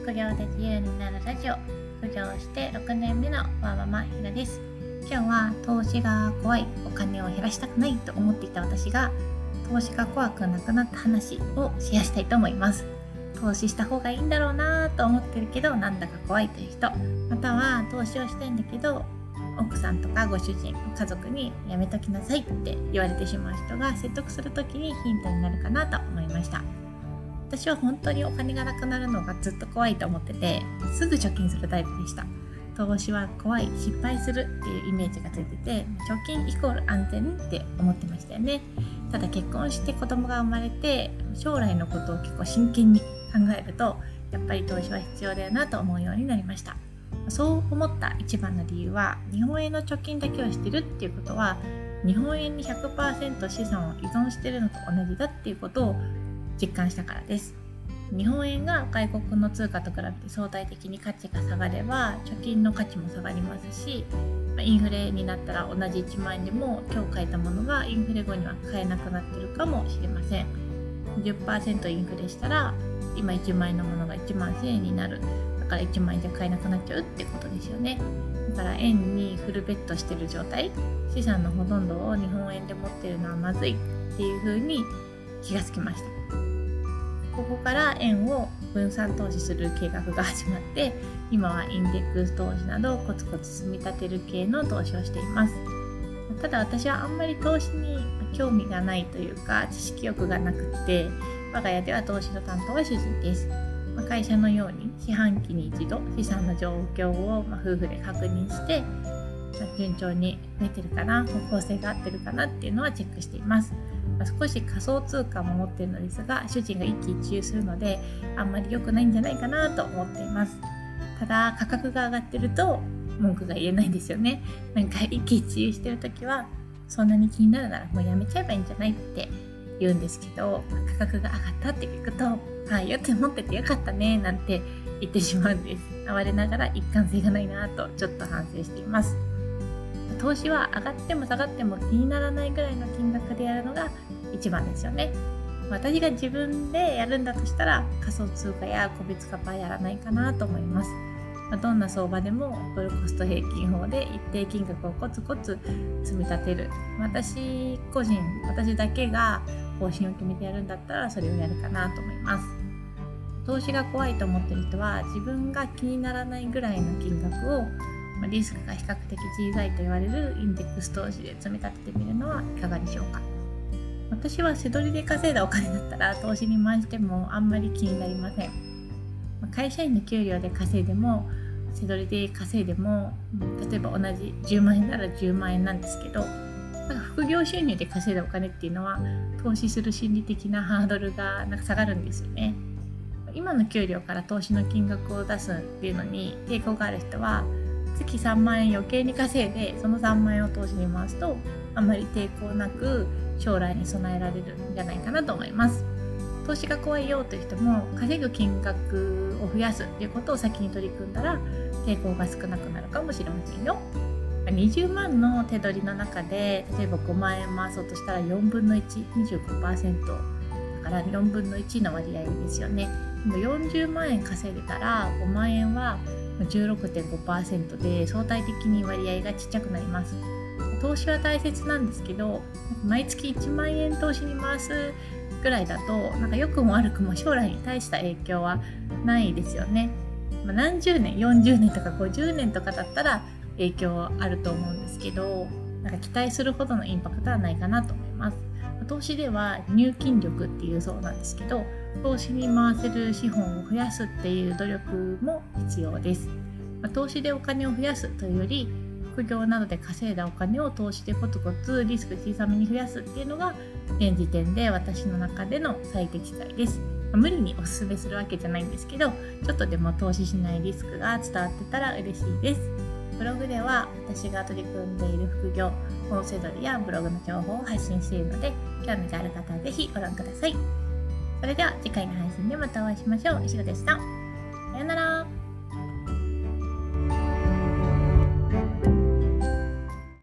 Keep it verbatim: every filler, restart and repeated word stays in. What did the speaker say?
副業で自由になるラジオ。副業してろくねんめのワーママひろです。今日は投資が怖い、お金を減らしたくないと思っていた私が投資が怖くなくなった話をシェアしたいと思います。投資した方がいいんだろうなと思ってるけどなんだか怖いという人、または投資をしたいんだけど奥さんとかご主人、家族にやめときなさいって言われてしまう人が説得するときにヒントになるかなと思いました。私は本当にお金がなくなるのがずっと怖いと思ってて、すぐ貯金するタイプでした。投資は怖い、失敗するっていうイメージがついてて、貯金イコール安全って思ってましたよね。ただ結婚して子供が生まれて将来のことを結構真剣に考えると、やっぱり投資は必要だよなと思うようになりました。そう思った一番の理由は、日本円の貯金だけをしてるっていうことは日本円に ひゃくパーセント 資産を依存してるのと同じだっていうことを実感したからです。日本円が外国の通貨と比べて相対的に価値が下がれば貯金の価値も下がりますし、インフレになったら同じいちまん円でも今日買えたものがインフレ後には買えなくなってるかもしれません。 じゅっパーセント インフレしたら今いちまん円のものがいちまんせんえんになる。だからいちまん円じゃ買えなくなっちゃうってことですよね。だから円にフルベットしてる状態、資産のほとんどを日本円で持ってるのはまずいっていう風に気がつきました。ここから円を分散投資する計画が始まって、今はインデックス投資などコツコツ積み立てる系の投資をしています。ただ私はあんまり投資に興味がないというか知識欲がなくって、我が家では投資の担当は主人です。会社のように四半期に一度資産の状況を夫婦で確認して、順調に増えてるかな、方向性が合ってるかなっていうのはチェックしています。少し仮想通貨も持っているのですが、主人が一喜一憂するのであんまり良くないんじゃないかなと思っています。ただ価格が上がってると文句が言えないんですよね。なんか一喜一憂してるときは、そんなに気になるならもうやめちゃえばいいんじゃないって言うんですけど、価格が上がったって聞くと、ああよって持っててよかったねなんて言ってしまうんです。我ながら一貫性がないなとちょっと反省しています。投資は上がっても下がっても気にならないぐらいの金額でやるのが一番ですよね。私が自分でやるんだとしたら仮想通貨や個別株はやらないかなと思います。どんな相場でもドルコスト平均法で一定金額をコツコツ積み立てる。私個人、私だけが方針を決めてやるんだったらそれをやるかなと思います。投資が怖いと思っている人は、自分が気にならないぐらいの金額をリスクが比較的小さいと言われるインデックス投資で積み立ててみるのはいかがでしょうか。私は背取りで稼いだお金だったら投資に回してもあんまり気になりません。会社員の給料で稼いでも背取りで稼いでも、例えば同じじゅうまん円ならじゅうまん円なんですけど、なんか副業収入で稼いだお金っていうのは投資する心理的なハードルがなんか下がるんですよね。今の給料から投資の金額を出すっていうのに抵抗がある人は、月さんまん円余計に稼いでそのさんまん円を投資に回すとあまり抵抗なく将来に備えられるんじゃないかなと思います。投資が怖いよという人も、稼ぐ金額を増やすということを先に取り組んだら抵抗が少なくなるかもしれませんよ。にじゅうまんの手取りの中で例えばごまん円回そうとしたらよんぶんのいち、にじゅうごパーセント だからよんぶんのいちの割合ですよね。でもよんじゅうまん円稼いでたらごまん円は じゅうろくてんごパーセント で相対的に割合がちっちゃくなります。投資は大切なんですけど、毎月いちまん円投資に回すぐらいだとなんか良くも悪くも将来に大した影響はないですよね。まあ、何十年、よんじゅうねんとかごじゅうねんとかだったら影響はあると思うんですけど、なんか期待するほどのインパクトはないかなと思います。投資では入金力っていうそうなんですけど、投資に回せる資本を増やすっていう努力も必要です。まあ、投資でお金を増やすというより、副業などで稼いだお金を投資でコツコツリスク小さめに増やすっていうのが現時点で私の中での最適解です。まあ、無理にお勧めするわけじゃないんですけど、ちょっとでも投資しないリスクが伝わってたら嬉しいです。ブログでは私が取り組んでいる副業、音声取りやブログの情報を発信しているので、興味がある方はぜひご覧ください。それでは次回の配信でまたお会いしましょう。いしろでした。さよなら。